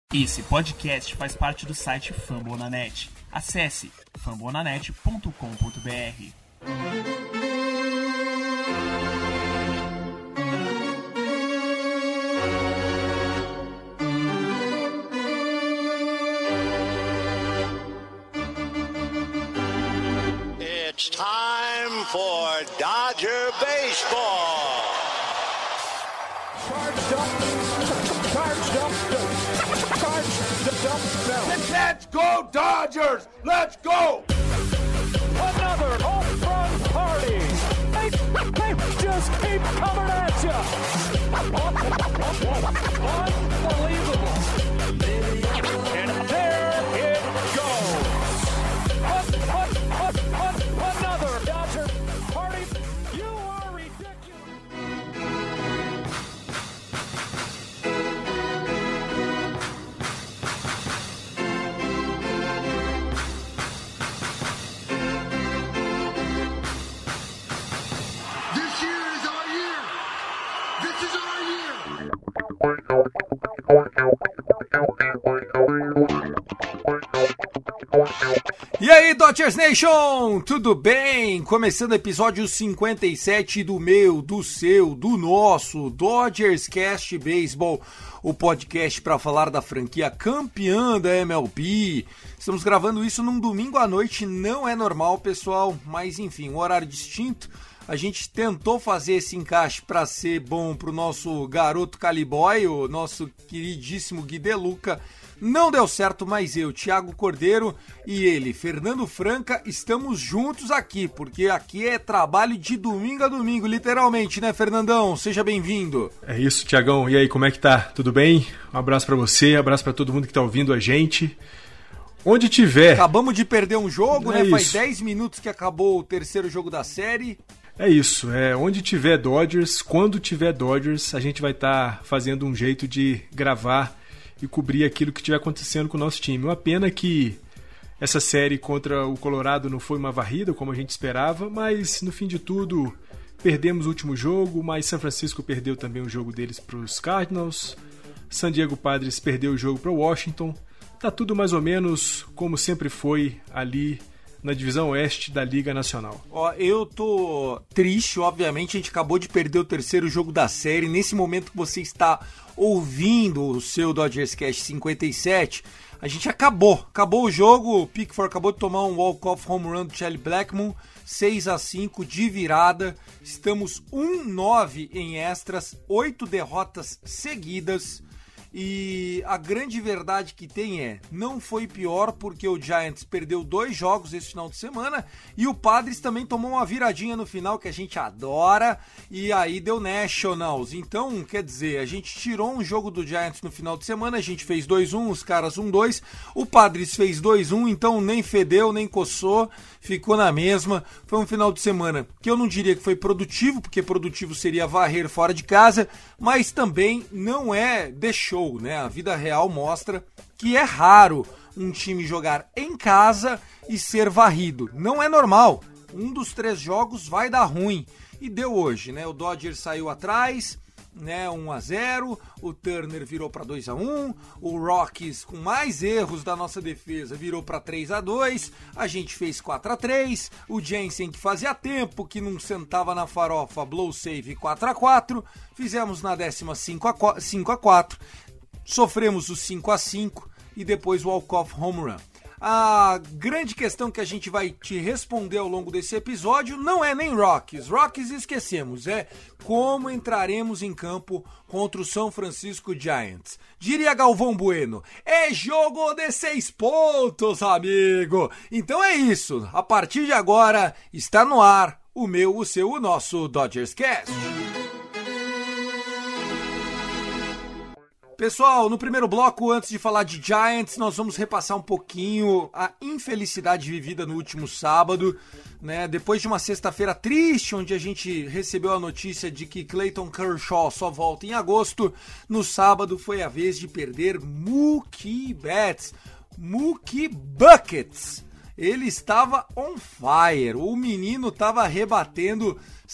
Esse podcast faz parte do site Fambonanet. Acesse fambonanet.com.br. It's time for Dodger Baseball. Charged up. Let's go, Dodgers! Let's go! Another home run party. They just keep coming at you. Unbelievable. And there it goes. Another Dodger party. You are ridiculous. This year is our year. This is our year. E aí, Dodgers Nation, tudo bem? Começando o episódio 57 do meu, do seu, do nosso Dodgers Cast Baseball, o podcast para falar da franquia campeã da MLB. Estamos gravando isso num domingo à noite, não é normal, pessoal, mas enfim, um horário distinto. A gente tentou fazer esse encaixe para ser bom para o nosso garoto Caliboy, o nosso queridíssimo Gui De Luca. Não deu certo, mas eu, Thiago Cordeiro, e ele, Fernando Franca, estamos juntos aqui, porque aqui é trabalho de domingo a domingo, literalmente, né, Fernandão? Seja bem-vindo. É isso, Thiagão. E aí, como é que tá? Tudo bem? Um abraço pra você, um abraço pra todo mundo que tá ouvindo a gente. Onde tiver... Acabamos de perder um jogo, né? Isso. Faz 10 minutos que acabou o terceiro jogo da série. É isso, onde tiver Dodgers, quando tiver Dodgers, a gente vai estar fazendo um jeito de gravar e cobrir aquilo que estiver acontecendo com o nosso time. Uma pena que essa série contra o Colorado não foi uma varrida, como a gente esperava, mas no fim de tudo, perdemos o último jogo, mas São Francisco perdeu também o jogo deles para os Cardinals, San Diego Padres perdeu o jogo para o Washington, tá tudo mais ou menos como sempre foi ali na divisão oeste da Liga Nacional. Ó, eu tô triste, obviamente, a gente acabou de perder o terceiro jogo da série. Nesse momento que você está ouvindo o seu Dodgers Cast 57, a gente acabou o jogo, o Pickford acabou de tomar um walk-off home run do Charlie Blackmon, 6-5 de virada, estamos 1-9 em extras, 8 derrotas seguidas. E a grande verdade que tem não foi pior porque o Giants perdeu 2 jogos esse final de semana e o Padres também tomou uma viradinha no final que a gente adora e aí deu Nationals. Então, quer dizer, a gente tirou um jogo do Giants no final de semana, a gente fez 2-1, os caras 1-2, o Padres fez 2-1, então nem fedeu, nem coçou, ficou na mesma. Foi um final de semana que eu não diria que foi produtivo, porque produtivo seria varrer fora de casa, mas também não deixou. Né? A vida real mostra que é raro um time jogar em casa e ser varrido. Não é normal. Um dos 3 jogos vai dar ruim. E deu hoje, né? O Dodgers saiu atrás, né? 1-0. O Turner virou para 2-1. O Rockies, com mais erros da nossa defesa, virou para 3-2. A gente fez 4-3. O Jansen, que fazia tempo que não sentava na farofa, blow save 4-4. Fizemos na 10ª 5-4. Sofremos o 5-5 e depois o walk-off home run. A grande questão que a gente vai te responder ao longo desse episódio não é nem Rockies. Rockies esquecemos, é como entraremos em campo contra o São Francisco Giants. Diria Galvão Bueno, é jogo de 6 pontos, amigo. Então é isso, a partir de agora está no ar o meu, o seu, o nosso Dodgers Cast. Pessoal, no primeiro bloco, antes de falar de Giants, nós vamos repassar um pouquinho a infelicidade vivida no último sábado, né? Depois de uma sexta-feira triste, onde a gente recebeu a notícia de que Clayton Kershaw só volta em agosto, no sábado foi a vez de perder Mookie Betts, Mookie Buckets. ele estava on fire. O menino estava rebatendo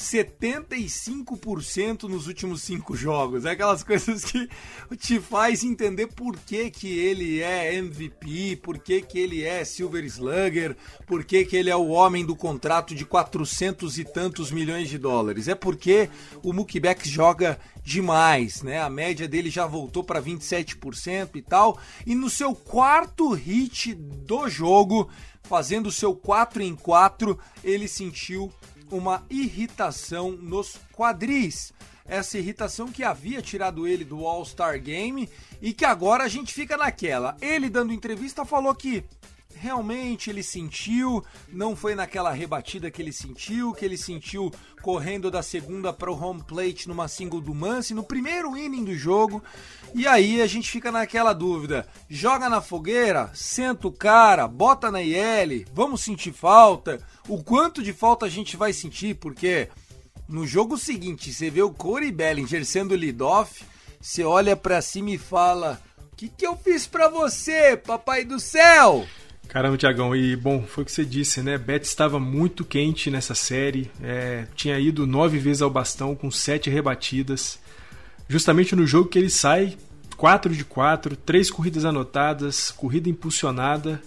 75% nos últimos 5 jogos. É aquelas coisas que te faz entender por que ele é MVP, por que ele é Silver Slugger, por que ele é o homem do contrato de 400 e tantos milhões de dólares. É porque o Mookie Betts joga demais, né? A média dele já voltou para 27% e tal. E no seu 4º hit do jogo, fazendo o seu 4-em-4, ele sentiu uma irritação nos quadris. Essa irritação que havia tirado ele do All-Star Game e que agora a gente fica naquela. Ele, dando entrevista, falou que realmente ele sentiu, não foi naquela rebatida que ele sentiu correndo da segunda para o home plate numa single do Muncy, no primeiro inning do jogo. E aí a gente fica naquela dúvida, joga na fogueira, senta o cara, bota na IL, vamos sentir falta? O quanto de falta a gente vai sentir? Porque no jogo seguinte, você vê o Cody Bellinger sendo lead-off, você olha pra cima e fala, o que eu fiz pra você, papai do céu? Caramba, Thiagão, e bom, foi o que você disse, né? Betts estava muito quente nessa série, tinha ido 9 vezes ao bastão com 7 rebatidas, justamente no jogo que ele sai 4 de 4, 3 corridas anotadas, corrida impulsionada.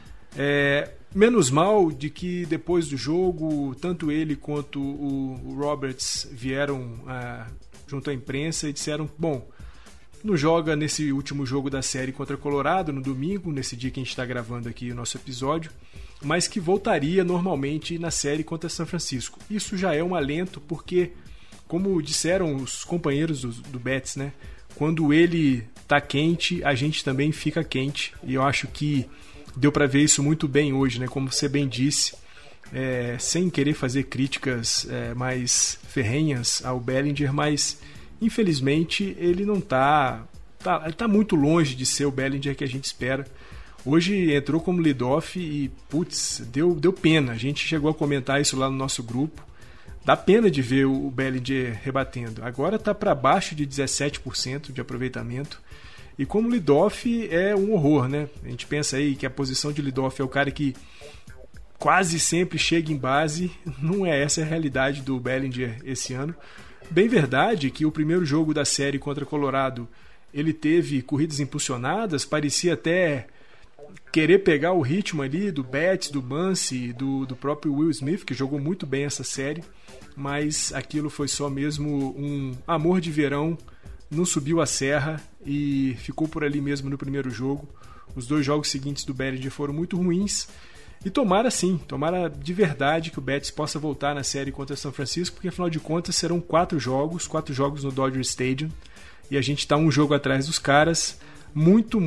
Menos mal de que depois do jogo, tanto ele quanto o Roberts vieram junto à imprensa e disseram, bom, não joga nesse último jogo da série contra Colorado, no domingo, nesse dia que a gente está gravando aqui o nosso episódio, mas que voltaria normalmente na série contra São Francisco. Isso já é um alento, porque, como disseram os companheiros do Betts, né, quando ele tá quente, a gente também fica quente, e eu acho que deu para ver isso muito bem hoje, né, como você bem disse, sem querer fazer críticas mais ferrenhas ao Bellinger, mas infelizmente ele não tá muito longe de ser o Bellinger que a gente espera. Hoje entrou como lead-off e, putz, deu pena. A gente chegou a comentar isso lá no nosso grupo. Dá pena de ver o Bellinger rebatendo. Agora tá para baixo de 17% de aproveitamento. E como lead-off é um horror, né? A gente pensa aí que a posição de lead-off é o cara que quase sempre chega em base. Não é essa a realidade do Bellinger esse ano. Bem verdade que o primeiro jogo da série contra Colorado ele teve corridas impulsionadas, parecia até querer pegar o ritmo ali do Betts, do Muncy, do próprio Will Smith, que jogou muito bem essa série, mas aquilo foi só mesmo um amor de verão, não subiu a serra e ficou por ali mesmo no primeiro jogo. Os 2 jogos seguintes do Bellinger foram muito ruins. E tomara de verdade que o Betts possa voltar na série contra São Francisco, porque afinal de contas serão 4 jogos no Dodger Stadium, e a gente está um jogo atrás dos caras. Muito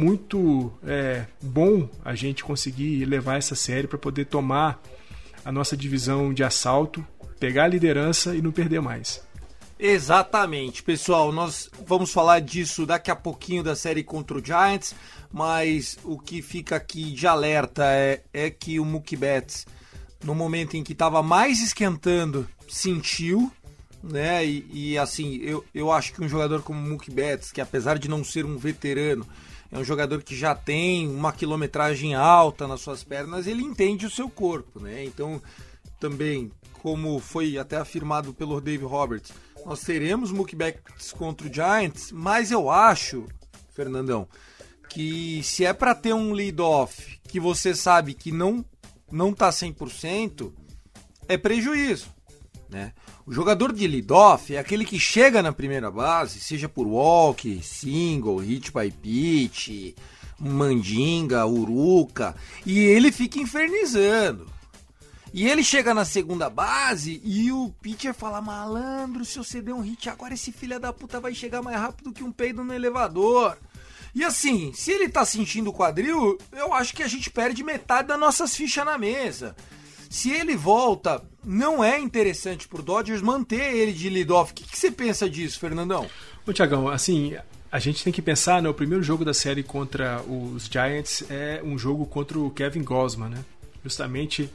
bom a gente conseguir levar essa série para poder tomar a nossa divisão de assalto, pegar a liderança e não perder mais. Exatamente, pessoal, nós vamos falar disso daqui a pouquinho da série contra o Giants, mas o que fica aqui de alerta é que o Mookie Betts, no momento em que estava mais esquentando, sentiu, né? E assim, eu acho que um jogador como o Mookie Betts, que apesar de não ser um veterano, é um jogador que já tem uma quilometragem alta nas suas pernas, ele entende o seu corpo, né? Então, também, como foi até afirmado pelo Dave Roberts, nós teremos Mookie Betts contra o Giants, mas eu acho, Fernandão, que se é para ter um lead-off que você sabe que não tá 100%, é prejuízo, né? O jogador de lead-off é aquele que chega na primeira base, seja por walk, single, hit by pitch, mandinga, uruca, e ele fica infernizando. E ele chega na segunda base e o pitcher fala, malandro, se você der um hit agora, esse filho da puta vai chegar mais rápido que um peido no elevador. E assim, se ele tá sentindo o quadril, eu acho que a gente perde metade das nossas fichas na mesa. Se ele volta, não é interessante pro Dodgers manter ele de lead-off. O que você pensa disso, Fernandão? Ô, Thiagão, assim, a gente tem que pensar, né, o primeiro jogo da série contra os Giants é um jogo contra o Kevin Gausman, né? Justamente.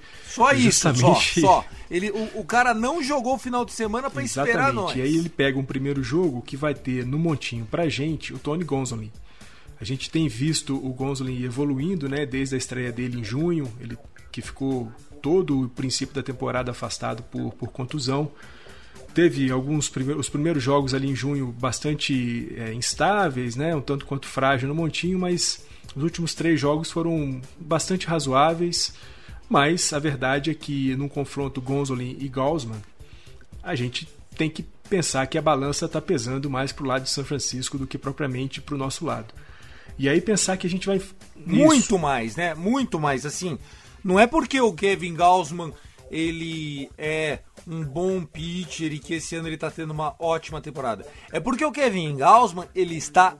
O cara não jogou o final de semana para esperar nós. E aí ele pega um primeiro jogo que vai ter no montinho pra gente o Tony Gonsolin. A gente tem visto o Gonsolin evoluindo, né, desde a estreia dele em junho. Ele que ficou todo o princípio da temporada afastado por contusão. Teve os primeiros jogos ali em junho bastante instáveis, né? Um tanto quanto frágil no montinho, mas os últimos 3 jogos foram bastante razoáveis. Mas a verdade é que num confronto Gonzalez e Gausman, a gente tem que pensar que a balança está pesando mais para o lado de São Francisco do que propriamente para o nosso lado. E aí pensar que a gente vai... Muito mais, né? Muito mais, assim... Não é porque o Kevin Gausman ele é um bom pitcher e que esse ano ele está tendo uma ótima temporada. É porque o Kevin Gausman ele está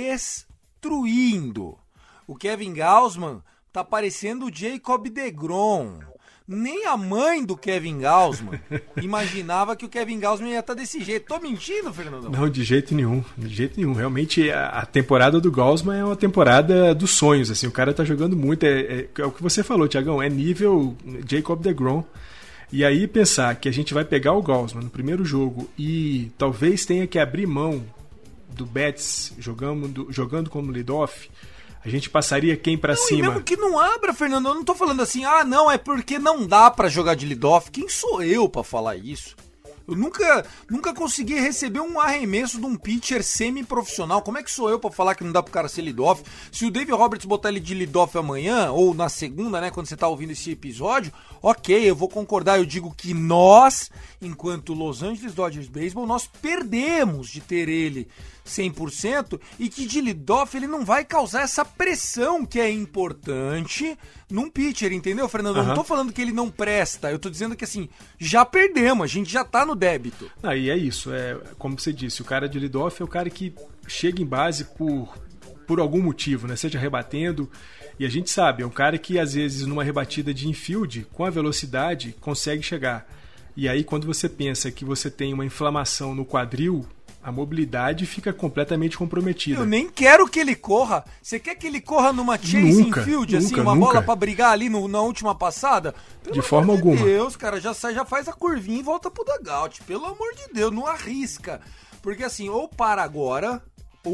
destruindo. O Kevin Gausman tá parecendo o Jacob deGrom. Nem a mãe do Kevin Gausman imaginava que o Kevin Gausman ia estar desse jeito. Tô mentindo, Fernandão? Não, de jeito nenhum. De jeito nenhum. Realmente, a temporada do Gausman é uma temporada dos sonhos. Assim, o cara tá jogando muito. É o que você falou, Tiagão. É nível Jacob deGrom. E aí pensar que a gente vai pegar o Gausman no primeiro jogo e talvez tenha que abrir mão do Betts jogando como leadoff. A gente passaria quem pra cima? E mesmo que não abra, Fernando, eu não tô falando assim, não, é porque não dá pra jogar de leadoff. Quem sou eu pra falar isso? Eu nunca consegui receber um arremesso de um pitcher semi-profissional. Como é que sou eu pra falar que não dá pro cara ser leadoff? Se o Dave Roberts botar ele de leadoff amanhã, ou na segunda, né, quando você tá ouvindo esse episódio, ok, eu vou concordar. Eu digo que nós, enquanto Los Angeles Dodgers Baseball, nós perdemos de ter ele 100% e que de leadoff ele não vai causar essa pressão que é importante num pitcher, entendeu, Fernando? Eu não tô falando que ele não presta, eu tô dizendo que assim, já perdemos, a gente já tá no débito. E é isso, como você disse, o cara de leadoff é o cara que chega em base por algum motivo, né? Seja rebatendo, e a gente sabe, é um cara que às vezes numa rebatida de infield, com a velocidade, consegue chegar. E aí quando você pensa que você tem uma inflamação no quadril, a mobilidade fica completamente comprometida. Eu nem quero que ele corra. Você quer que ele corra numa chase infield, assim, uma bola pra brigar ali na última passada? De forma alguma. Meu Deus, cara, já faz a curvinha e volta pro dugout. Pelo amor de Deus, não arrisca. Porque assim, ou para agora,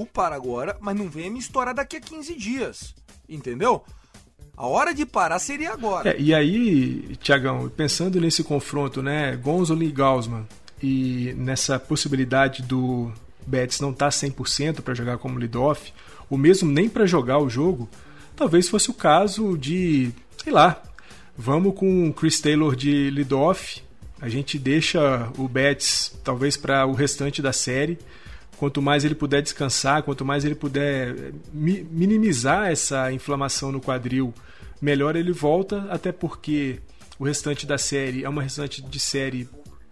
mas não venha me estourar daqui a 15 dias. Entendeu? A hora de parar seria agora. E aí, Tiagão, pensando nesse confronto, né, Gonzalez e Gausman, e nessa possibilidade do Betts não estar 100% para jogar como leadoff, ou mesmo nem para jogar o jogo, talvez fosse o caso de, sei lá, vamos com o Chris Taylor de leadoff, a gente deixa o Betts talvez para o restante da série, quanto mais ele puder descansar, quanto mais ele puder minimizar essa inflamação no quadril, melhor ele volta, até porque o restante da série é uma restante de série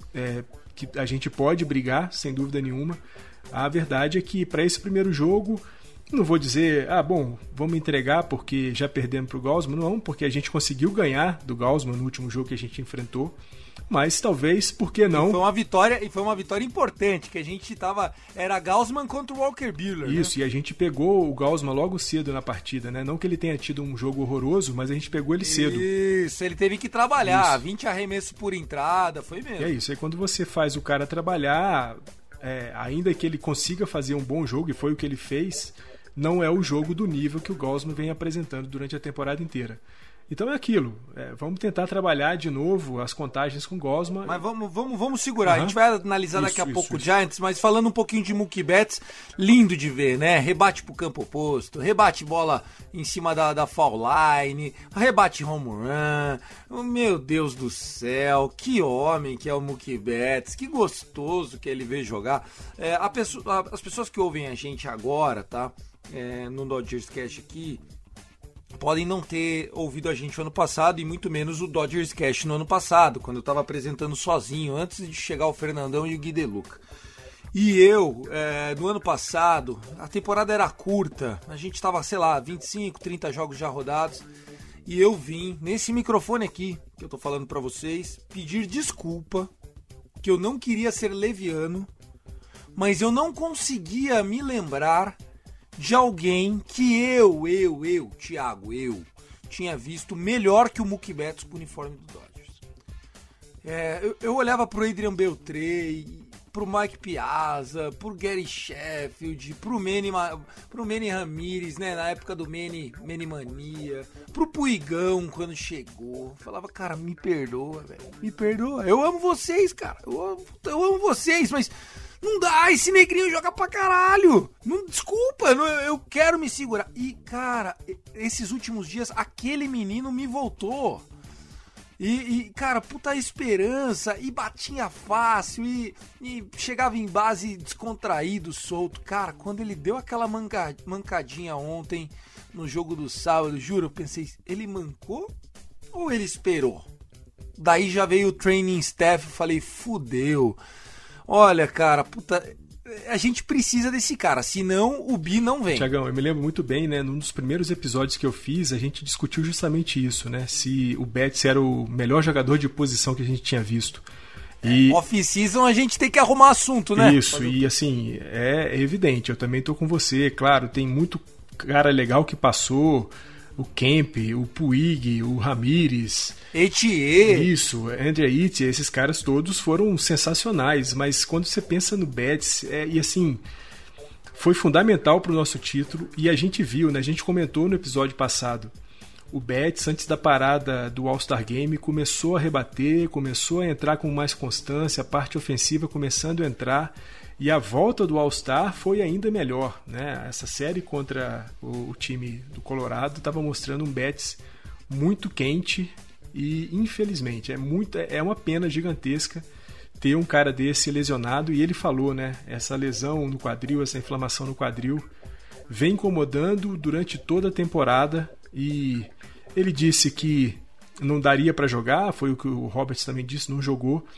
que a gente pode brigar, sem dúvida nenhuma. A verdade é que para esse primeiro jogo, não vou dizer, vamos entregar porque já perdemos para o Gausman, não, porque a gente conseguiu ganhar do Gausman no último jogo que a gente enfrentou, mas talvez, por que não? E foi uma vitória importante, que a gente era Gausman contra o Walker Buehler. Isso, né? E a gente pegou o Gausman logo cedo na partida, né? Não que ele tenha tido um jogo horroroso, mas a gente pegou ele cedo. Isso, ele teve que trabalhar, 20 arremessos por entrada, foi mesmo. É isso, aí quando você faz o cara trabalhar, ainda que ele consiga fazer um bom jogo, e foi o que ele fez, não é o jogo do nível que o Gausman vem apresentando durante a temporada inteira. Então é aquilo, vamos tentar trabalhar de novo as contagens com o Gausman. Mas vamos segurar, a gente vai analisar daqui a pouco o Giants, mas falando um pouquinho de Mookie Betts, lindo de ver, né? Rebate pro campo oposto, rebate bola em cima da foul line, rebate home run, meu Deus do céu, que homem que é o Mookie Betts, que gostoso que ele vê jogar. As pessoas que ouvem a gente agora, tá? No Dodgers Cast aqui, podem não ter ouvido a gente no ano passado e muito menos o Dodgers Cast no ano passado, quando eu estava apresentando sozinho, antes de chegar o Fernandão e o Gui De Luca. E eu, no ano passado, a temporada era curta, a gente estava, 25, 30 jogos já rodados, e eu vim nesse microfone aqui, que eu tô falando para vocês, pedir desculpa, que eu não queria ser leviano, mas eu não conseguia me lembrar de alguém que Thiago, tinha visto melhor que o Mookie Betts com o uniforme do Dodgers. Eu olhava pro Adrian Beltre, pro Mike Piazza, pro Gary Sheffield, pro Manny Ramirez, né, na época do Manny Mania, pro Puigão quando chegou. Falava, cara, me perdoa, velho, me perdoa. Eu amo vocês, cara, eu amo vocês, mas não dá, esse negrinho joga pra caralho. Não, desculpa, eu quero me segurar. E, cara, esses últimos dias, aquele menino me voltou. E cara, puta esperança, e batia fácil, e chegava em base descontraído, solto. Cara, quando ele deu aquela mancadinha ontem no jogo do sábado, juro, eu pensei, ele mancou ou ele esperou? Daí já veio o training staff, eu falei, fudeu. Olha, cara, puta, a gente precisa desse cara, senão o Bi não vem. Tiagão, eu me lembro muito bem, né? Num dos primeiros episódios que eu fiz, a gente discutiu justamente isso, né? Se o Betts era o melhor jogador de posição que a gente tinha visto. E off-season a gente tem que arrumar assunto, né? Isso, e assim, é evidente, eu também tô com você. Claro, tem muito cara legal que passou, o Kemp, o Puig, o Ramírez, Etier. Isso, André Etier, esses caras todos foram sensacionais, mas quando você pensa no Betts, e assim, foi fundamental para o nosso título, e a gente viu, né, a gente comentou no episódio passado, o Betts, antes da parada do All-Star Game, começou a rebater, começou a entrar com mais constância, a parte ofensiva começando a entrar, e a volta do All-Star foi ainda melhor, né? Essa série contra o time do Colorado estava mostrando um Betts muito quente e, infelizmente, é uma pena gigantesca ter um cara desse lesionado. E ele falou, né? Essa lesão no quadril, essa inflamação no quadril vem incomodando durante toda a temporada, e ele disse que não daria para jogar, foi o que o Roberts também disse, não jogou,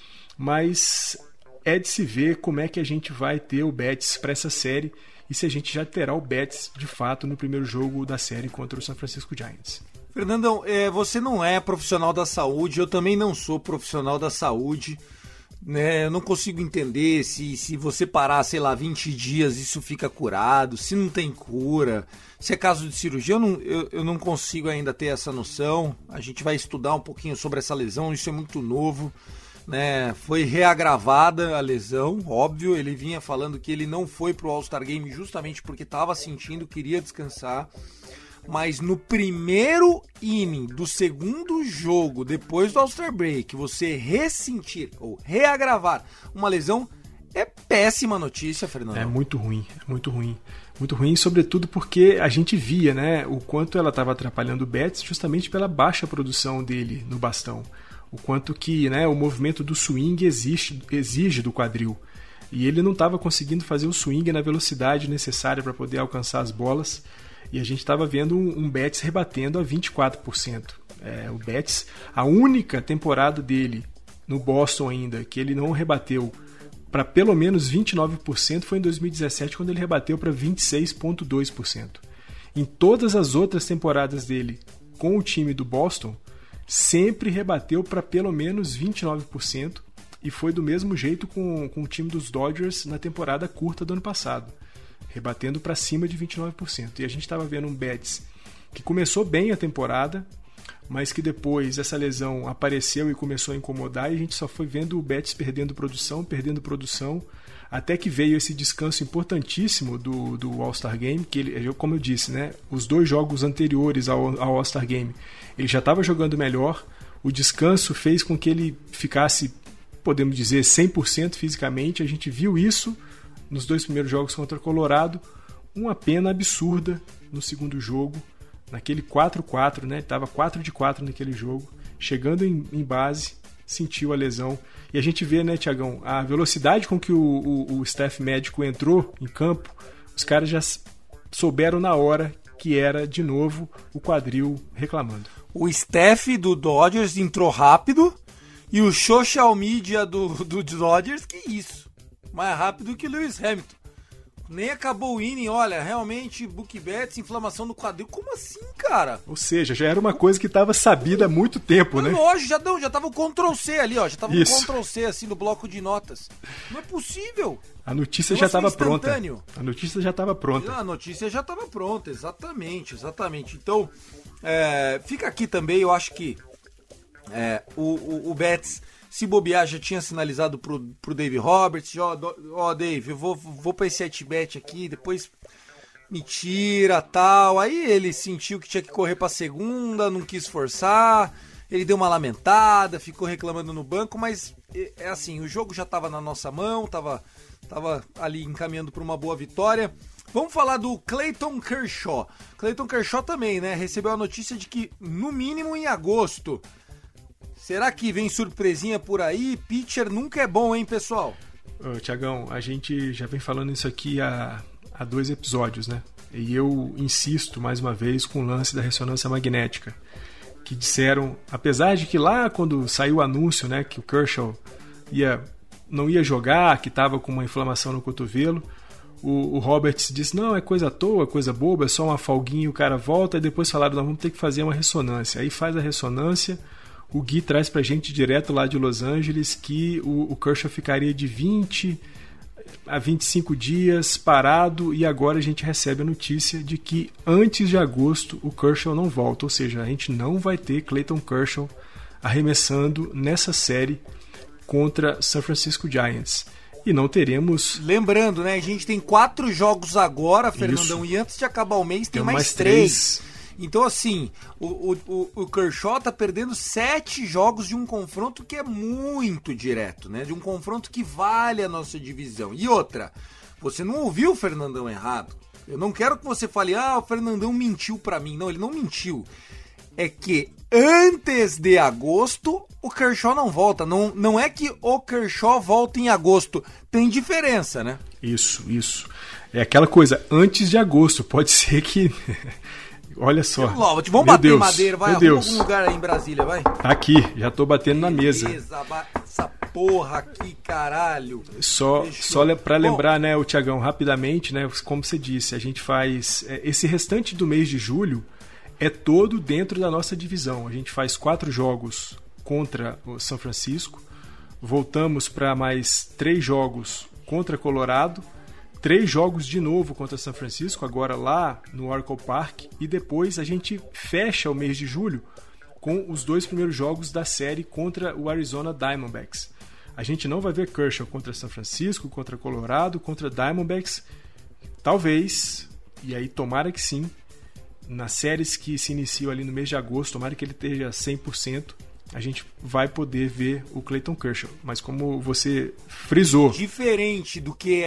mas é de se ver como é que a gente vai ter o Betts para essa série e se a gente já terá o Betts de fato no primeiro jogo da série contra o San Francisco Giants. Fernandão, você não é profissional da saúde, eu também não sou profissional da saúde, né? Eu não consigo entender se você parar, sei lá, 20 dias isso fica curado, se não tem cura, se é caso de cirurgia, eu não consigo ainda ter essa noção. A gente vai estudar um pouquinho sobre essa lesão, isso é muito novo. Né, foi reagravada a lesão, óbvio, ele vinha falando que ele não foi pro All-Star Game justamente porque estava sentindo, queria descansar, mas no primeiro inning do segundo jogo, depois do All-Star Break, você ressentir ou reagravar uma lesão é péssima notícia, Fernando. É muito ruim, muito ruim. Muito ruim, sobretudo porque a gente via, né, o quanto ela estava atrapalhando o Betts justamente pela baixa produção dele no bastão. O quanto que, né, o movimento do swing exige do quadril. E ele não estava conseguindo fazer o swing na velocidade necessária para poder alcançar as bolas. E a gente estava vendo um Betts rebatendo a 24%. O Betts, a única temporada dele no Boston ainda, que ele não rebateu para pelo menos 29%, foi em 2017, quando ele rebateu para 26,2%. Em todas as outras temporadas dele com o time do Boston, sempre rebateu para pelo menos 29%, e foi do mesmo jeito com o time dos Dodgers na temporada curta do ano passado, rebatendo para cima de 29%. E a gente estava vendo um Betts que começou bem a temporada, mas que depois essa lesão apareceu e começou a incomodar, e a gente só foi vendo o Betts perdendo produção, até que veio esse descanso importantíssimo do All-Star Game, que ele, como eu disse, né, os 2 jogos anteriores ao All-Star Game, ele já estava jogando melhor, o descanso fez com que ele ficasse, podemos dizer, 100% fisicamente. A gente viu isso nos 2 primeiros jogos contra o Colorado, uma pena absurda no segundo jogo, naquele 4-4, né, estava 4-4 naquele jogo, chegando em base, sentiu a lesão. E a gente vê, né, Tiagão, a velocidade com que o staff médico entrou em campo, os caras já souberam na hora que era, de novo, o quadril reclamando. O staff do Dodgers entrou rápido e o social media do Dodgers, que isso, mais rápido que Lewis Hamilton. Nem acabou o inning, olha, realmente, Mookie Betts, inflamação no quadril. Como assim, cara? Ou seja, já era uma coisa que estava sabida há muito tempo, né? Lógico, já tava o Ctrl+C ali, ó. Já tava o Ctrl+C assim no bloco de notas. Não é possível. A notícia já estava pronta. A notícia já estava pronta. A notícia já estava pronta, exatamente. Então, fica aqui também, eu acho que o Betts Se bobear, já tinha sinalizado pro Dave Roberts, Dave, eu vou pra esse at-bat aqui, depois me tira, tal. Aí ele sentiu que tinha que correr pra segunda, não quis forçar, ele deu uma lamentada, ficou reclamando no banco, mas é assim, o jogo já tava na nossa mão, tava ali encaminhando pra uma boa vitória. Vamos falar do Clayton Kershaw. Clayton Kershaw também, né? Recebeu a notícia de que, no mínimo em agosto. Será que vem surpresinha por aí? Pitcher nunca é bom, hein, pessoal? Tiagão, a gente já vem falando isso aqui há 2 episódios, né? E eu insisto mais uma vez com o lance da ressonância magnética. Que disseram, apesar de que lá quando saiu o anúncio, né, que o Kershaw não ia jogar, que estava com uma inflamação no cotovelo, o Roberts disse, não, é coisa à toa, coisa boba, é só uma folguinha e o cara volta, e depois falaram, não, vamos ter que fazer uma ressonância. Aí faz a ressonância, o Gui traz pra gente direto lá de Los Angeles que o Kershaw ficaria de 20 a 25 dias parado, e agora a gente recebe a notícia de que antes de agosto o Kershaw não volta, ou seja, a gente não vai ter Clayton Kershaw arremessando nessa série contra San Francisco Giants. E não teremos... Lembrando, né? A gente tem 4 jogos agora, Fernandão, e antes de acabar o mês tem mais 3. Então, assim, o Kershaw tá perdendo 7 jogos de um confronto que é muito direto, né? De um confronto que vale a nossa divisão. E outra, você não ouviu o Fernandão errado. Eu não quero que você fale, o Fernandão mentiu pra mim. Não, ele não mentiu. É que antes de agosto, o Kershaw não volta. Não é que o Kershaw volta em agosto. Tem diferença, né? Isso. É aquela coisa, antes de agosto. Pode ser que... Olha só. Vamos bater madeira, vai. Arruma algum lugar aí em Brasília, vai. Aqui, já tô batendo na mesa. Essa porra aqui, caralho. Só pra lembrar, né, o Tiagão, rapidamente, né, como você disse, a gente faz... Esse restante do mês de julho é todo dentro da nossa divisão. A gente faz 4 jogos contra o São Francisco, voltamos para mais 3 jogos contra Colorado, 3 jogos de novo contra São Francisco, agora lá no Oracle Park, e depois a gente fecha o mês de julho com os 2 primeiros jogos da série contra o Arizona Diamondbacks. A gente não vai ver Kershaw contra São Francisco, contra Colorado, contra Diamondbacks, talvez, e aí tomara que sim, nas séries que se iniciam ali no mês de agosto, tomara que ele esteja 100%, a gente vai poder ver o Clayton Kershaw. Mas como você frisou... Diferente do que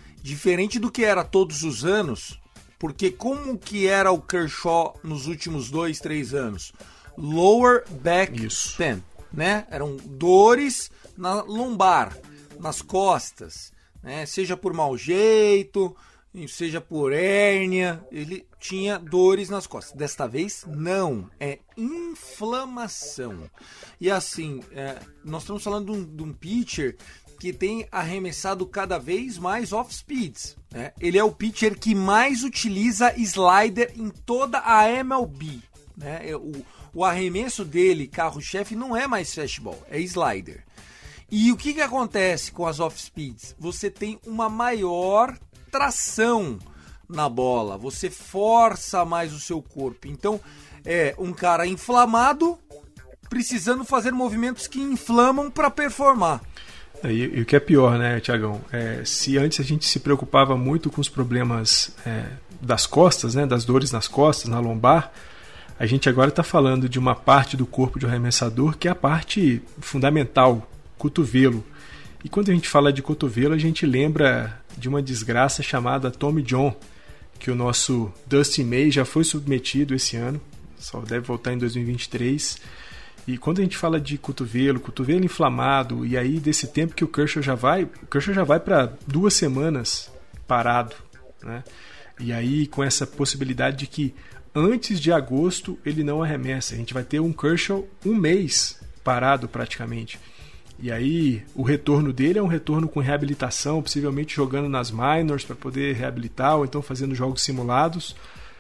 era todos os anos, porque como que era o Kershaw nos últimos 2, 3 anos? Lower back pain, né? Eram dores na lombar, nas costas, né? Seja por mau jeito, seja por hérnia, ele tinha dores nas costas. Desta vez, não. É inflamação. E assim, nós estamos falando de um pitcher que tem arremessado cada vez mais off-speeds, né? Ele é o pitcher que mais utiliza slider em toda a MLB, né? O arremesso dele, carro-chefe, não é mais fastball, é slider. E o que acontece com as off-speeds? Você tem uma maior tração na bola, você força mais o seu corpo. Então, é um cara inflamado precisando fazer movimentos que inflamam para performar. E o que é pior, né, Tiagão? Se antes a gente se preocupava muito com os problemas das costas, né, das dores nas costas, na lombar, a gente agora está falando de uma parte do corpo de um arremessador que é a parte fundamental, cotovelo. E quando a gente fala de cotovelo, a gente lembra de uma desgraça chamada Tommy John, que o nosso Dusty May já foi submetido esse ano, só deve voltar em 2023. E quando a gente fala de cotovelo inflamado, e aí desse tempo que o Kershaw já vai para 2 semanas parado, né? E aí com essa possibilidade de que antes de agosto ele não arremessa, a gente vai ter um Kershaw 1 mês parado praticamente. E aí o retorno dele é um retorno com reabilitação, possivelmente jogando nas minors para poder reabilitar, ou então fazendo jogos simulados.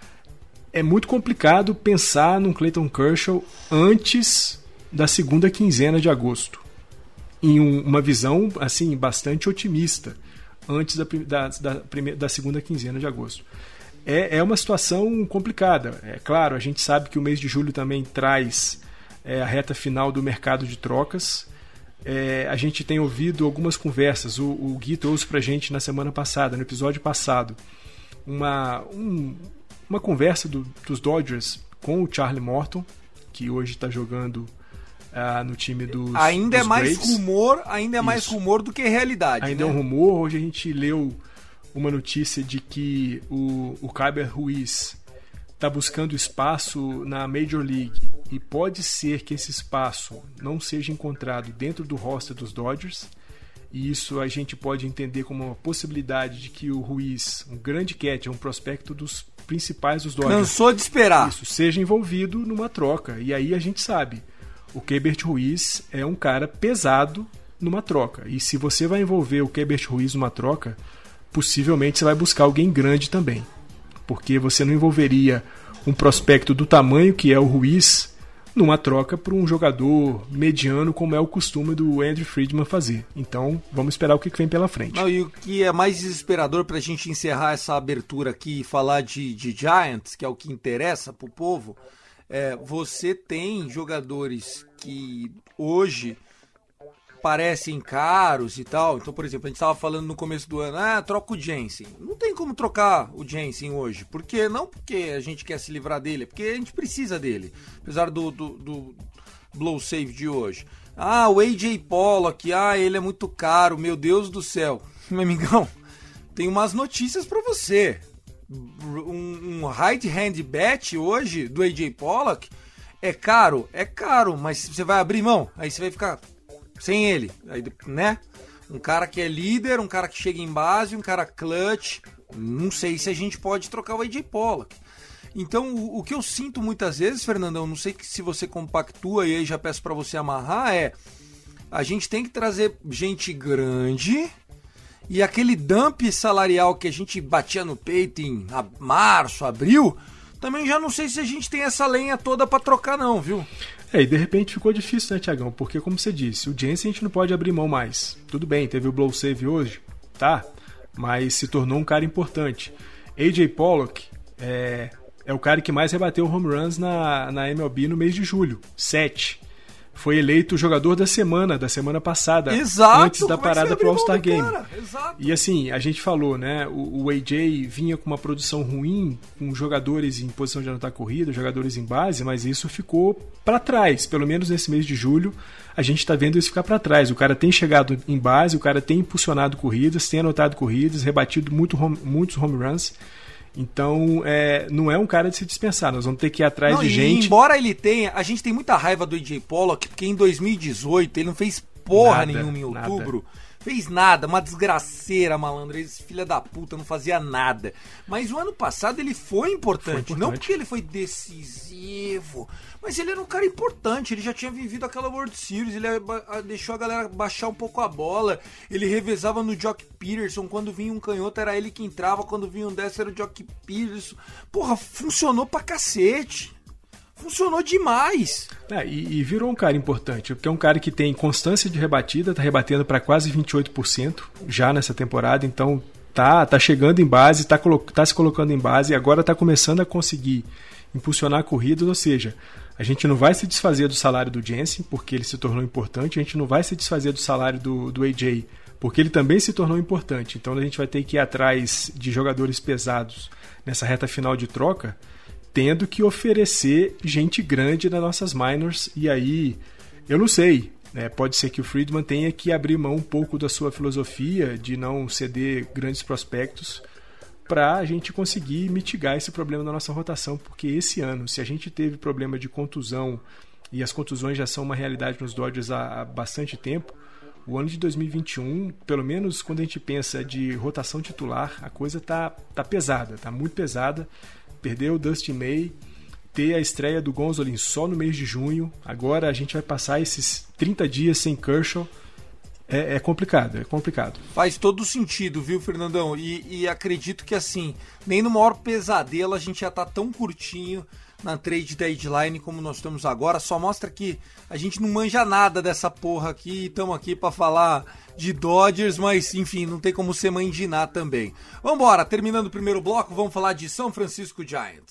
É muito complicado pensar num Clayton Kershaw antes da segunda quinzena de agosto, em uma visão assim bastante otimista, antes da segunda quinzena de agosto. É uma situação complicada. É claro, a gente sabe que o mês de julho também traz a reta final do mercado de trocas. a gente tem ouvido algumas conversas. O Gui trouxe pra gente na semana passada, no episódio passado, uma conversa dos Dodgers com o Charlie Morton, que hoje está jogando no time dos Ainda dos é mais Braves. rumor, ainda é mais Isso. rumor do que realidade. Ainda né? é um rumor. Hoje a gente leu uma notícia de que o Keibert Ruiz está buscando espaço na Major League e pode ser que esse espaço não seja encontrado dentro do roster dos Dodgers, e isso a gente pode entender como uma possibilidade de que o Ruiz, um grande catcher, um prospecto dos principais dos Dodgers, Cansou de esperar. isso, seja envolvido numa troca. E aí a gente sabe, o Keibert Ruiz é um cara pesado numa troca, e se você vai envolver o Keibert Ruiz numa troca, possivelmente você vai buscar alguém grande também, porque você não envolveria um prospecto do tamanho que é o Ruiz numa troca por um jogador mediano, como é o costume do Andrew Friedman fazer. Então, vamos esperar o que vem pela frente. Não, e o que é mais desesperador pra gente encerrar essa abertura aqui e falar de Giants, que é o que interessa pro povo, você tem jogadores que hoje parecem caros e tal. Então, por exemplo, a gente estava falando no começo do ano, troca o Jansen. Não tem como trocar o Jansen hoje. Por quê? Não porque a gente quer se livrar dele, é porque a gente precisa dele. Apesar do blow save de hoje. O AJ Pollock, ele é muito caro, meu Deus do céu. Meu amigão, tem umas notícias para você. Um right hand bet hoje do AJ Pollock é caro, mas você vai abrir mão, aí você vai ficar sem ele, aí, né? Um cara que é líder, um cara que chega em base, um cara clutch. Não sei se a gente pode trocar o AJ Pollock. Então, o que eu sinto muitas vezes, Fernandão, não sei se você compactua, e aí já peço para você amarrar, a gente tem que trazer gente grande, e aquele dump salarial que a gente batia no peito em março, abril, também já não sei se a gente tem essa lenha toda para trocar não, viu? E de repente ficou difícil, né, Tiagão? Porque, como você disse, o Jansen a gente não pode abrir mão mais. Tudo bem, teve o blow save hoje, tá? Mas se tornou um cara importante. AJ Pollock é o cara que mais rebateu home runs na MLB no mês de julho. 7. Foi eleito o jogador da semana passada. Exato, antes da parada pro All-Star Game. Exato. E assim, a gente falou, né? O AJ vinha com uma produção ruim, com jogadores em posição de anotar corrida, jogadores em base, mas isso ficou para trás. Pelo menos nesse mês de julho, a gente tá vendo isso ficar para trás. O cara tem chegado em base, o cara tem impulsionado corridas, tem anotado corridas, rebatido muitos home runs. Então, não é um cara de se dispensar. Nós vamos ter que ir atrás de gente. Embora ele tenha, a gente tem muita raiva do AJ Pollock, porque em 2018 ele não fez porra nenhuma em outubro. Fez nada, uma desgraceira, malandro. Esse filho da puta não fazia nada. Mas o ano passado ele foi importante. Não porque ele foi decisivo, mas ele era um cara importante. Ele já tinha vivido aquela World Series. Ele deixou a galera baixar um pouco a bola. Ele revezava no Jock Peterson. Quando vinha um canhoto era ele que entrava. Quando vinha um destro era o Jock Peterson. Porra, funcionou pra cacete. Funcionou demais. E virou um cara importante, porque é um cara que tem constância de rebatida, tá rebatendo para quase 28% já nessa temporada, então tá chegando em base, tá se colocando em base e agora tá começando a conseguir impulsionar corridas, ou seja, a gente não vai se desfazer do salário do Jansen, porque ele se tornou importante, a gente não vai se desfazer do salário do AJ, porque ele também se tornou importante, então a gente vai ter que ir atrás de jogadores pesados nessa reta final de troca, tendo que oferecer gente grande nas nossas minors, e aí, eu não sei, né? Pode ser que o Friedman tenha que abrir mão um pouco da sua filosofia de não ceder grandes prospectos para a gente conseguir mitigar esse problema da nossa rotação, porque esse ano, se a gente teve problema de contusão, e as contusões já são uma realidade nos Dodgers há bastante tempo, o ano de 2021, pelo menos quando a gente pensa de rotação titular, a coisa tá pesada, tá muito pesada. Perdeu o Dustin May, ter a estreia do Gonsolin só no mês de junho, agora a gente vai passar esses 30 dias sem Kershaw, é complicado, é complicado. Faz todo sentido, viu, Fernandão? E acredito que assim, nem no maior pesadelo a gente já tá tão curtinho na trade deadline como nós estamos agora, só mostra que a gente não manja nada dessa porra aqui, estamos aqui para falar de Dodgers, mas enfim, não tem como ser mandinar também. Vambora, terminando o primeiro bloco, vamos falar de São Francisco Giants.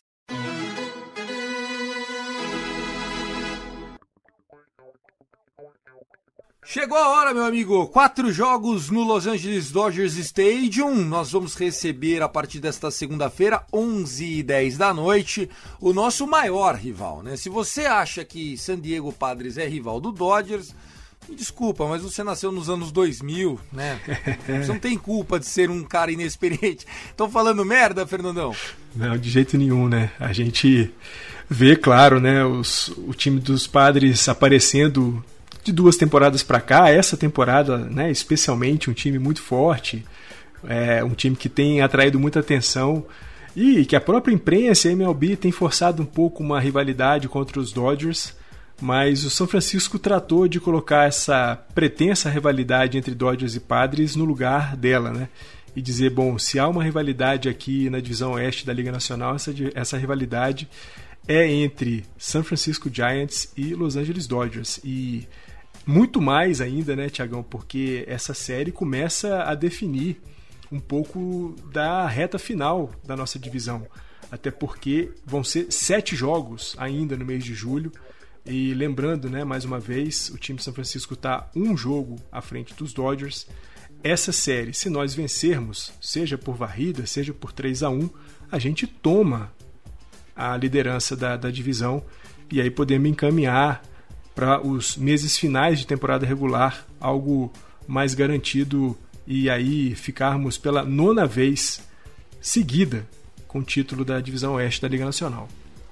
Chegou a hora, meu amigo. 4 jogos no Los Angeles Dodgers Stadium. Nós vamos receber a partir desta segunda-feira, 11h10 da noite, o nosso maior rival, né? Se você acha que San Diego Padres é rival do Dodgers, me desculpa, mas você nasceu nos anos 2000, né? Você não tem culpa de ser um cara inexperiente. Tô falando merda, Fernandão? Não, de jeito nenhum, né? A gente vê, claro, né, o time dos Padres aparecendo de 2 temporadas para cá, essa temporada, né, especialmente um time muito forte, um time que tem atraído muita atenção e que a própria imprensa e a MLB tem forçado um pouco uma rivalidade contra os Dodgers, mas o São Francisco tratou de colocar essa pretensa rivalidade entre Dodgers e Padres no lugar dela, né? E dizer, bom, se há uma rivalidade aqui na divisão oeste da Liga Nacional, essa rivalidade é entre San Francisco Giants e Los Angeles Dodgers. E muito mais ainda, né, Thiagão, porque essa série começa a definir um pouco da reta final da nossa divisão. Até porque vão ser 7 jogos ainda no mês de julho. E lembrando, né, mais uma vez, o time de São Francisco está 1 jogo à frente dos Dodgers. Essa série, se nós vencermos, seja por varrida, seja por 3-1, a gente toma a liderança da divisão e aí podemos encaminhar para os meses finais de temporada regular algo mais garantido e aí ficarmos pela 9ª vez seguida com o título da divisão oeste da Liga Nacional.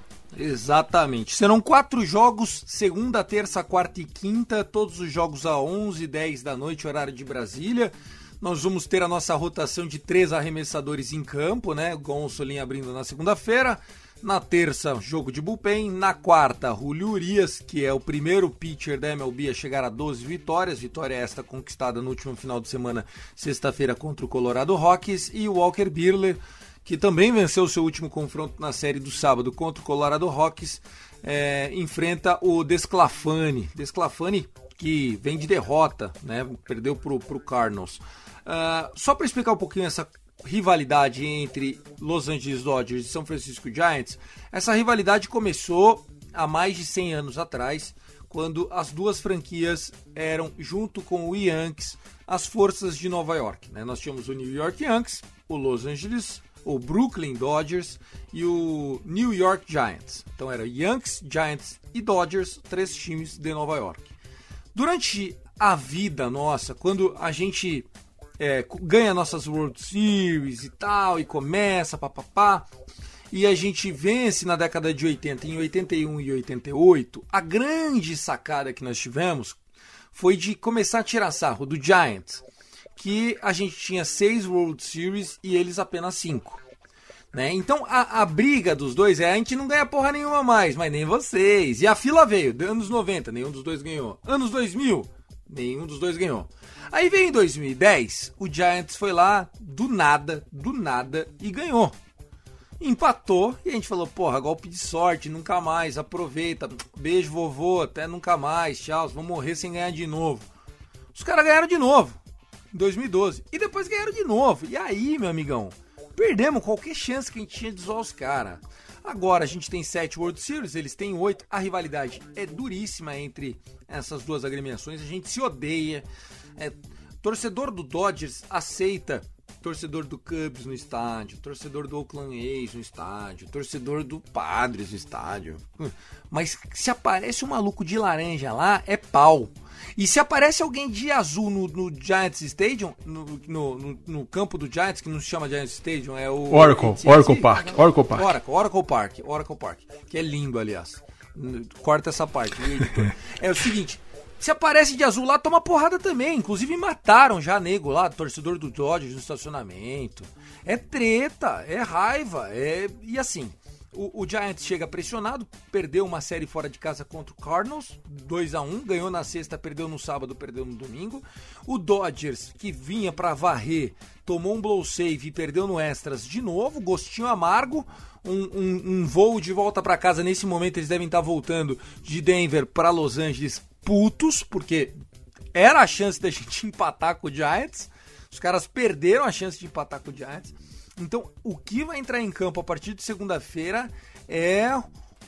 Exatamente. Serão 4 jogos, segunda, terça, quarta e quinta, todos os jogos a 11h10 da noite, horário de Brasília. Nós vamos ter a nossa rotação de 3 arremessadores em campo, né? Gonsolin abrindo na segunda-feira. Na terça, jogo de bullpen. Na quarta, Julio Urias, que é o primeiro pitcher da MLB a chegar a 12 vitórias. Vitória esta conquistada no último final de semana, sexta-feira, contra o Colorado Rockies. E o Walker Buehler, que também venceu seu último confronto na série do sábado contra o Colorado Rockies, enfrenta o Desclafani. Desclafani, que vem de derrota, né? Perdeu pro Cardinals. Só para explicar um pouquinho essa rivalidade entre Los Angeles Dodgers e São Francisco Giants, essa rivalidade começou há mais de 100 anos atrás, quando as duas franquias eram, junto com o Yankees, as forças de Nova York, né? Nós tínhamos o New York Yankees, o Brooklyn Dodgers e o New York Giants. Então era Yankees, Giants e Dodgers, 3 times de Nova York. Durante a vida nossa, quando a gente ganha nossas World Series e tal, e começa, papapá, e a gente vence na década de 80, em 81 e 88, a grande sacada que nós tivemos foi de começar a tirar sarro do Giants, que a gente tinha 6 World Series e eles apenas 5. Né? Então a briga dos dois a gente não ganha porra nenhuma mais, mas nem vocês. E a fila veio, anos 90, nenhum dos dois ganhou. Anos 2000, nenhum dos dois ganhou. Aí veio em 2010, o Giants foi lá do nada, e ganhou. Empatou e a gente falou, porra, golpe de sorte, nunca mais, aproveita, beijo vovô, até nunca mais, tchau, vão morrer sem ganhar de novo. Os caras ganharam de novo, em 2012, e depois ganharam de novo. E aí, meu amigão, perdemos qualquer chance que a gente tinha de zoar os caras. Agora a gente tem 7 World Series, eles têm 8, a rivalidade é duríssima entre essas duas agremiações, a gente se odeia. Torcedor do Dodgers aceita torcedor do Cubs no estádio, torcedor do Oakland A's no estádio, torcedor do Padres no estádio. Mas se aparece um maluco de laranja lá, é pau. E se aparece alguém de azul no Giants Stadium, no campo do Giants, que não se chama Giants Stadium, é o Oracle Park, que é lindo, aliás. Corta essa parte, editor. É o seguinte, se aparece de azul lá, toma porrada também. Inclusive mataram já nego lá, torcedor do Dodgers no estacionamento. É treta, é raiva, e assim, o Giants chega pressionado, perdeu uma série fora de casa contra o Cardinals, 2-1, ganhou na sexta, perdeu no sábado, perdeu no domingo. O Dodgers, que vinha pra varrer, tomou um blow save e perdeu no extras de novo, gostinho amargo. Um voo de volta pra casa, nesse momento eles devem estar voltando de Denver para Los Angeles putos, porque era a chance da gente empatar com o Giants. Os caras perderam a chance de empatar com o Giants. Então, o que vai entrar em campo a partir de segunda-feira é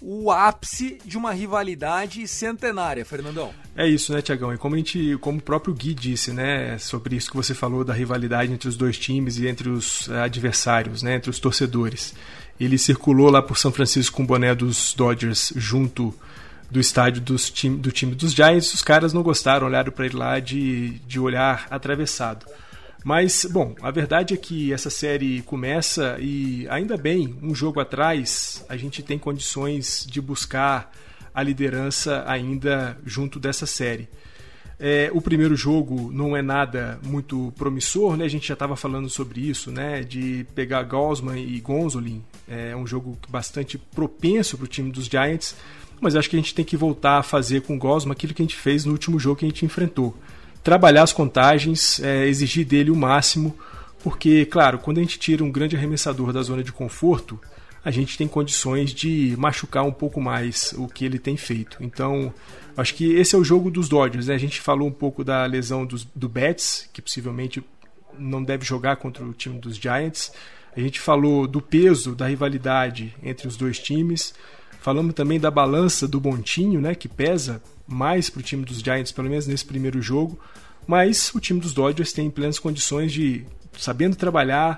o ápice de uma rivalidade centenária, Fernandão. É isso, né, Tiagão? E como o próprio Gui disse, né, sobre isso que você falou da rivalidade entre os dois times e entre os adversários, né, entre os torcedores. Ele circulou lá por São Francisco com o boné dos Dodgers junto do estádio do time dos Giants. Os caras não gostaram, olharam para ele lá de olhar atravessado. Mas, bom, a verdade é que essa série começa e, ainda bem, um jogo atrás, a gente tem condições de buscar a liderança ainda junto dessa série. O primeiro jogo não é nada muito promissor, né? A gente já estava falando sobre isso, né? De pegar Gausman e Gonsolin. É um jogo bastante propenso para o time dos Giants, mas acho que a gente tem que voltar a fazer com o Gausman aquilo que a gente fez no último jogo que a gente enfrentou. Trabalhar as contagens, exigir dele o máximo, porque, claro, quando a gente tira um grande arremessador da zona de conforto, a gente tem condições de machucar um pouco mais o que ele tem feito. Então, acho que esse é o jogo dos Dodgers, né? A gente falou um pouco da lesão do Betts, que possivelmente não deve jogar contra o time dos Giants. A gente falou do peso da rivalidade entre os dois times. Falamos também da balança do Montinho, né, que pesa mais para o time dos Giants, pelo menos nesse primeiro jogo. Mas o time dos Dodgers tem plenas condições de, sabendo trabalhar,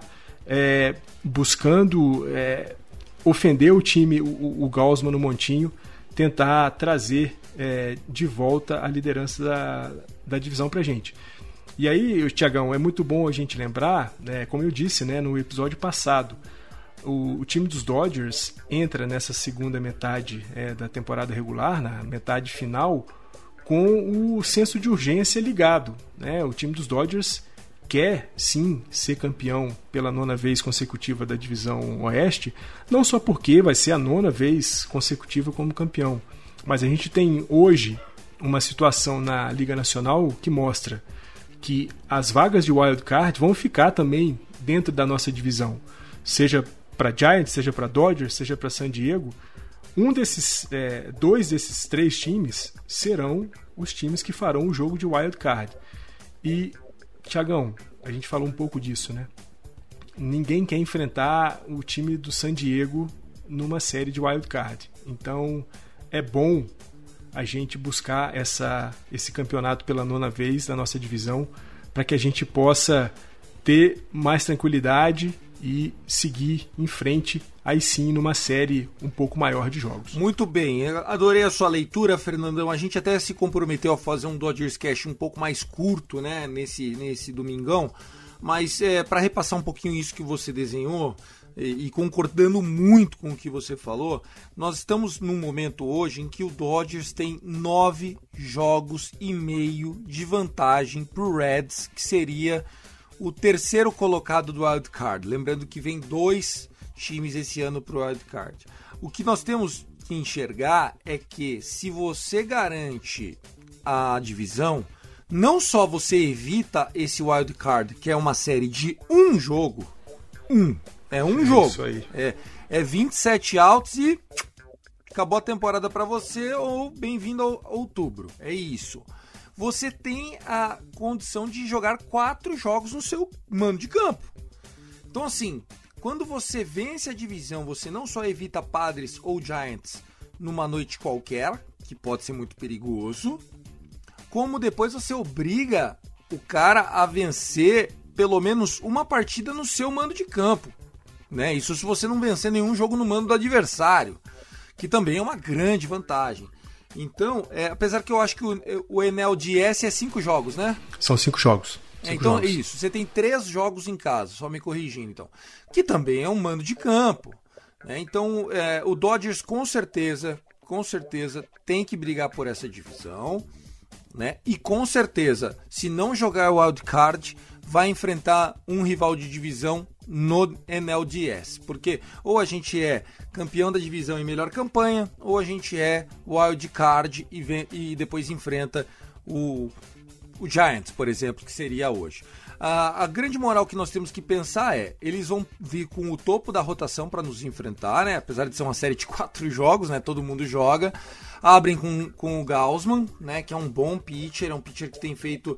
buscando ofender o time, o Gausman no Montinho, tentar trazer de volta a liderança da divisão para a gente. E aí, Tiagão, é muito bom a gente lembrar, né, como eu disse, né, no episódio passado, o time dos Dodgers entra nessa segunda metade da temporada regular, na metade final, com o senso de urgência ligado, né? O time dos Dodgers quer sim ser campeão pela 9ª vez consecutiva da divisão Oeste, não só porque vai ser a 9ª vez consecutiva como campeão, mas a gente tem hoje uma situação na Liga Nacional que mostra que as vagas de wild card vão ficar também dentro da nossa divisão, seja para Giants, seja para Dodgers, seja para San Diego. Dois desses 3 times serão os times que farão o jogo de wild card. E, Tiagão, a gente falou um pouco disso, né? Ninguém quer enfrentar o time do San Diego numa série de wild card. Então, é bom a gente buscar esse campeonato pela 9ª vez da nossa divisão, para que a gente possa ter mais tranquilidade e seguir em frente, aí sim, numa série um pouco maior de jogos. Muito bem, eu adorei a sua leitura, Fernandão. A gente até se comprometeu a fazer um Dodgers Cast um pouco mais curto, né, nesse domingão, mas para repassar um pouquinho isso que você desenhou, e concordando muito com o que você falou, nós estamos num momento hoje em que o Dodgers tem 9,5 jogos de vantagem para o Reds, que seria o terceiro colocado do Wild Card. Lembrando que vem 2 times esse ano para o Wild Card. O que nós temos que enxergar é que se você garante a divisão, não só você evita esse Wild Card, que é uma série de um jogo, jogo. Isso aí. É 27 outs e acabou a temporada para você, ou bem-vindo ao outubro. É isso. Você tem a condição de jogar 4 jogos no seu mando de campo. Então, assim, quando você vence a divisão, você não só evita Padres ou Giants numa noite qualquer, que pode ser muito perigoso, como depois você obriga o cara a vencer pelo menos uma partida no seu mando de campo, né? Isso se você não vencer nenhum jogo no mando do adversário, que também é uma grande vantagem. Então, apesar que eu acho que o NLDS é 5 jogos, né? São 5 jogos. Então é isso, você tem 3 jogos em casa, só me corrigindo então, que também é um mando de campo, né? Então o Dodgers com certeza tem que brigar por essa divisão, né? E com certeza, se não jogar o Wild Card, vai enfrentar um rival de divisão no NLDS, porque ou a gente é campeão da divisão em melhor campanha, ou a gente é Wild Card e depois enfrenta o Giants, por exemplo, que seria hoje. A grande moral que nós temos que pensar eles vão vir com o topo da rotação para nos enfrentar, né? Apesar de ser uma série de 4 jogos, né? Todo mundo joga. Abrem com o Gausman, né? Que é um bom pitcher, é um pitcher que tem feito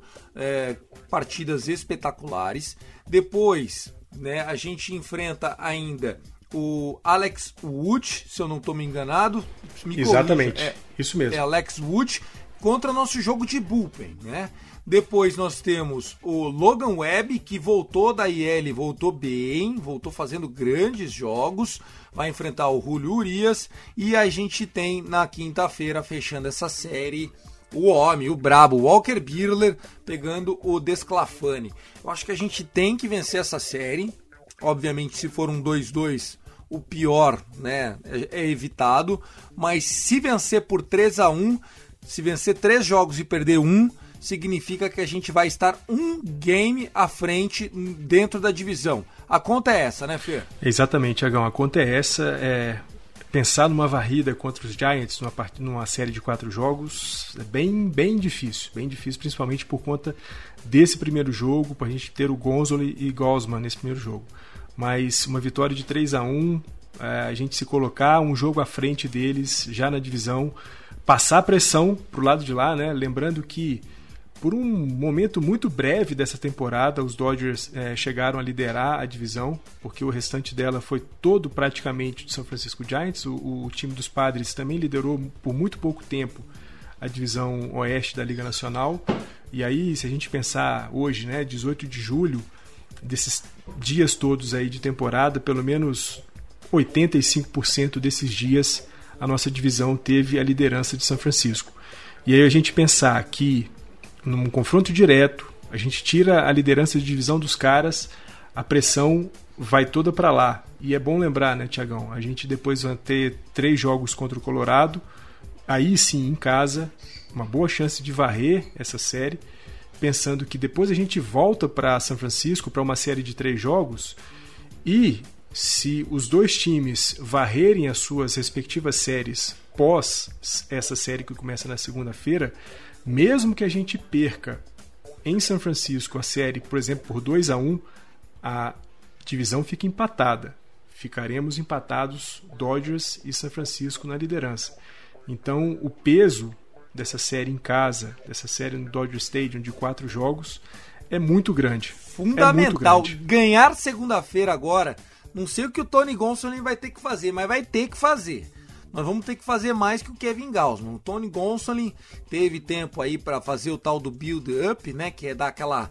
partidas espetaculares. Depois, né, a gente enfrenta ainda o Alex Wood, se eu não estou me enganado. Exatamente, isso mesmo. É Alex Wood contra nosso jogo de bullpen, né? Depois nós temos o Logan Webb, que voltou da IL, voltou bem, voltou fazendo grandes jogos, vai enfrentar o Julio Urias, e a gente tem na quinta-feira, fechando essa série, o homem, o brabo, Walker Buehler, pegando o Desclafani. Eu acho que a gente tem que vencer essa série, obviamente se for um 2-2, o pior, né, é evitado, mas se vencer por 3-1, se vencer 3 jogos e perder 1, significa que a gente vai estar um game à frente dentro da divisão. A conta é essa, né, Fê? Exatamente, Thiagão. A conta é essa. Pensar numa varrida contra os Giants numa série de 4 jogos é bem difícil, principalmente por conta desse primeiro jogo, para a gente ter o Gonzolin e Gausman nesse primeiro jogo. Mas uma vitória de 3-1, a gente se colocar um jogo à frente deles já na divisão, passar pressão pro lado de lá, né? Lembrando que por um momento muito breve dessa temporada, os Dodgers chegaram a liderar a divisão, porque o restante dela foi todo praticamente do San Francisco Giants. O time dos Padres também liderou por muito pouco tempo a divisão oeste da Liga Nacional. E aí, se a gente pensar hoje, né, 18 de julho, desses dias todos aí de temporada, pelo menos 85% desses dias, a nossa divisão teve a liderança de São Francisco. E aí a gente pensar que num confronto direto, a gente tira a liderança de divisão dos caras, a pressão vai toda para lá. E é bom lembrar, né, Thiagão? A gente depois vai ter 3 jogos contra o Colorado, aí sim, em casa, uma boa chance de varrer essa série, pensando que depois a gente volta para São Francisco para uma série de 3 jogos, e se os 2 times varrerem as suas respectivas séries pós essa série que começa na segunda-feira, mesmo que a gente perca em São Francisco a série, por exemplo, por 2-1, a divisão fica empatada. Ficaremos empatados, Dodgers e São Francisco na liderança. Então, o peso dessa série em casa, dessa série no Dodger Stadium de 4 jogos, é muito grande. Fundamental. Ganhar segunda-feira agora, não sei o que o Tony Gonsolin vai ter que fazer, mas vai ter que fazer. Nós vamos ter que fazer mais que o Kevin Gausman. O Tony Gonsolin teve tempo aí para fazer o tal do build-up, né? Que é dar aquela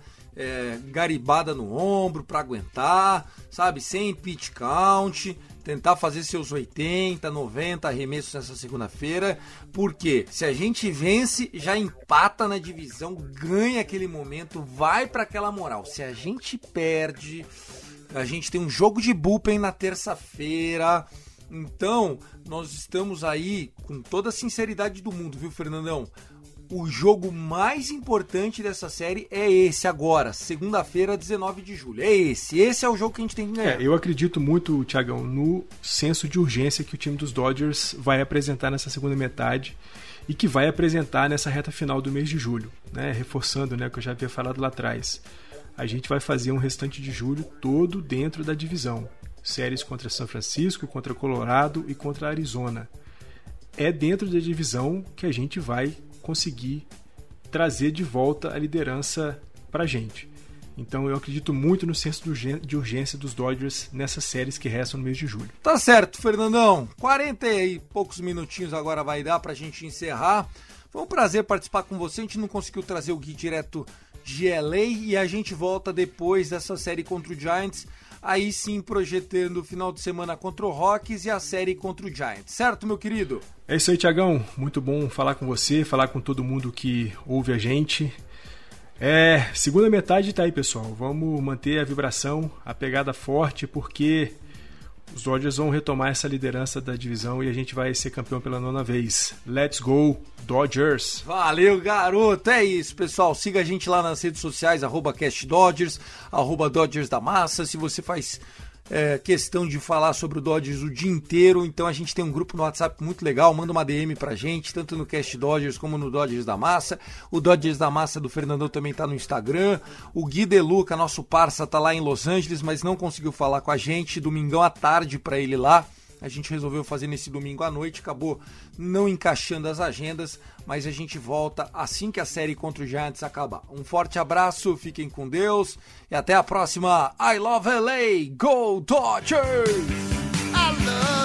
garibada no ombro para aguentar, sabe? Sem pitch count, tentar fazer seus 80, 90 arremessos nessa segunda-feira. Porque se a gente vence, já empata na divisão, ganha aquele momento, vai para aquela moral. Se a gente perde, a gente tem um jogo de bullpen na terça-feira. Então, nós estamos aí com toda a sinceridade do mundo, viu, Fernandão? O jogo mais importante dessa série é esse agora, segunda-feira, 19 de julho. É esse. Esse é o jogo que a gente tem que ganhar. Eu acredito muito, Thiagão, no senso de urgência que o time dos Dodgers vai apresentar nessa segunda metade e que vai apresentar nessa reta final do mês de julho, né? Reforçando, né, o que eu já havia falado lá atrás. A gente vai fazer um restante de julho todo dentro da divisão. Séries contra São Francisco, contra Colorado e contra Arizona. É dentro da divisão que a gente vai conseguir trazer de volta a liderança pra gente. Então eu acredito muito no senso de urgência dos Dodgers nessas séries que restam no mês de julho. Tá certo, Fernandão. 40 e poucos minutinhos agora vai dar pra gente encerrar. Foi um prazer participar com você. A gente não conseguiu trazer o Gui direto de LA e a gente volta depois dessa série contra o Giants. Aí sim projetando o final de semana contra o Rockies e a série contra o Giants. Certo, meu querido? É isso aí, Thiagão. Muito bom falar com você, falar com todo mundo que ouve a gente. Segunda metade tá aí, pessoal. Vamos manter a vibração, a pegada forte, porque os Dodgers vão retomar essa liderança da divisão e a gente vai ser campeão pela 9ª vez. Let's go, Dodgers! Valeu, garoto! É isso, pessoal. Siga a gente lá nas redes sociais, @CastDodgers, @Dodgers da Massa. Se você faz questão de falar sobre o Dodgers o dia inteiro, então a gente tem um grupo no WhatsApp muito legal. Manda uma DM pra gente, tanto no Cast Dodgers como no Dodgers da Massa. O Dodgers da Massa do Fernandão também tá no Instagram. O Gui Deluca, nosso parça, tá lá em Los Angeles, mas não conseguiu falar com a gente. Domingão à tarde pra ele lá. A gente resolveu fazer nesse domingo à noite, acabou não encaixando as agendas, mas a gente volta assim que a série contra o Giants acabar. Um forte abraço, fiquem com Deus e até a próxima. I love LA, go Dodgers! love.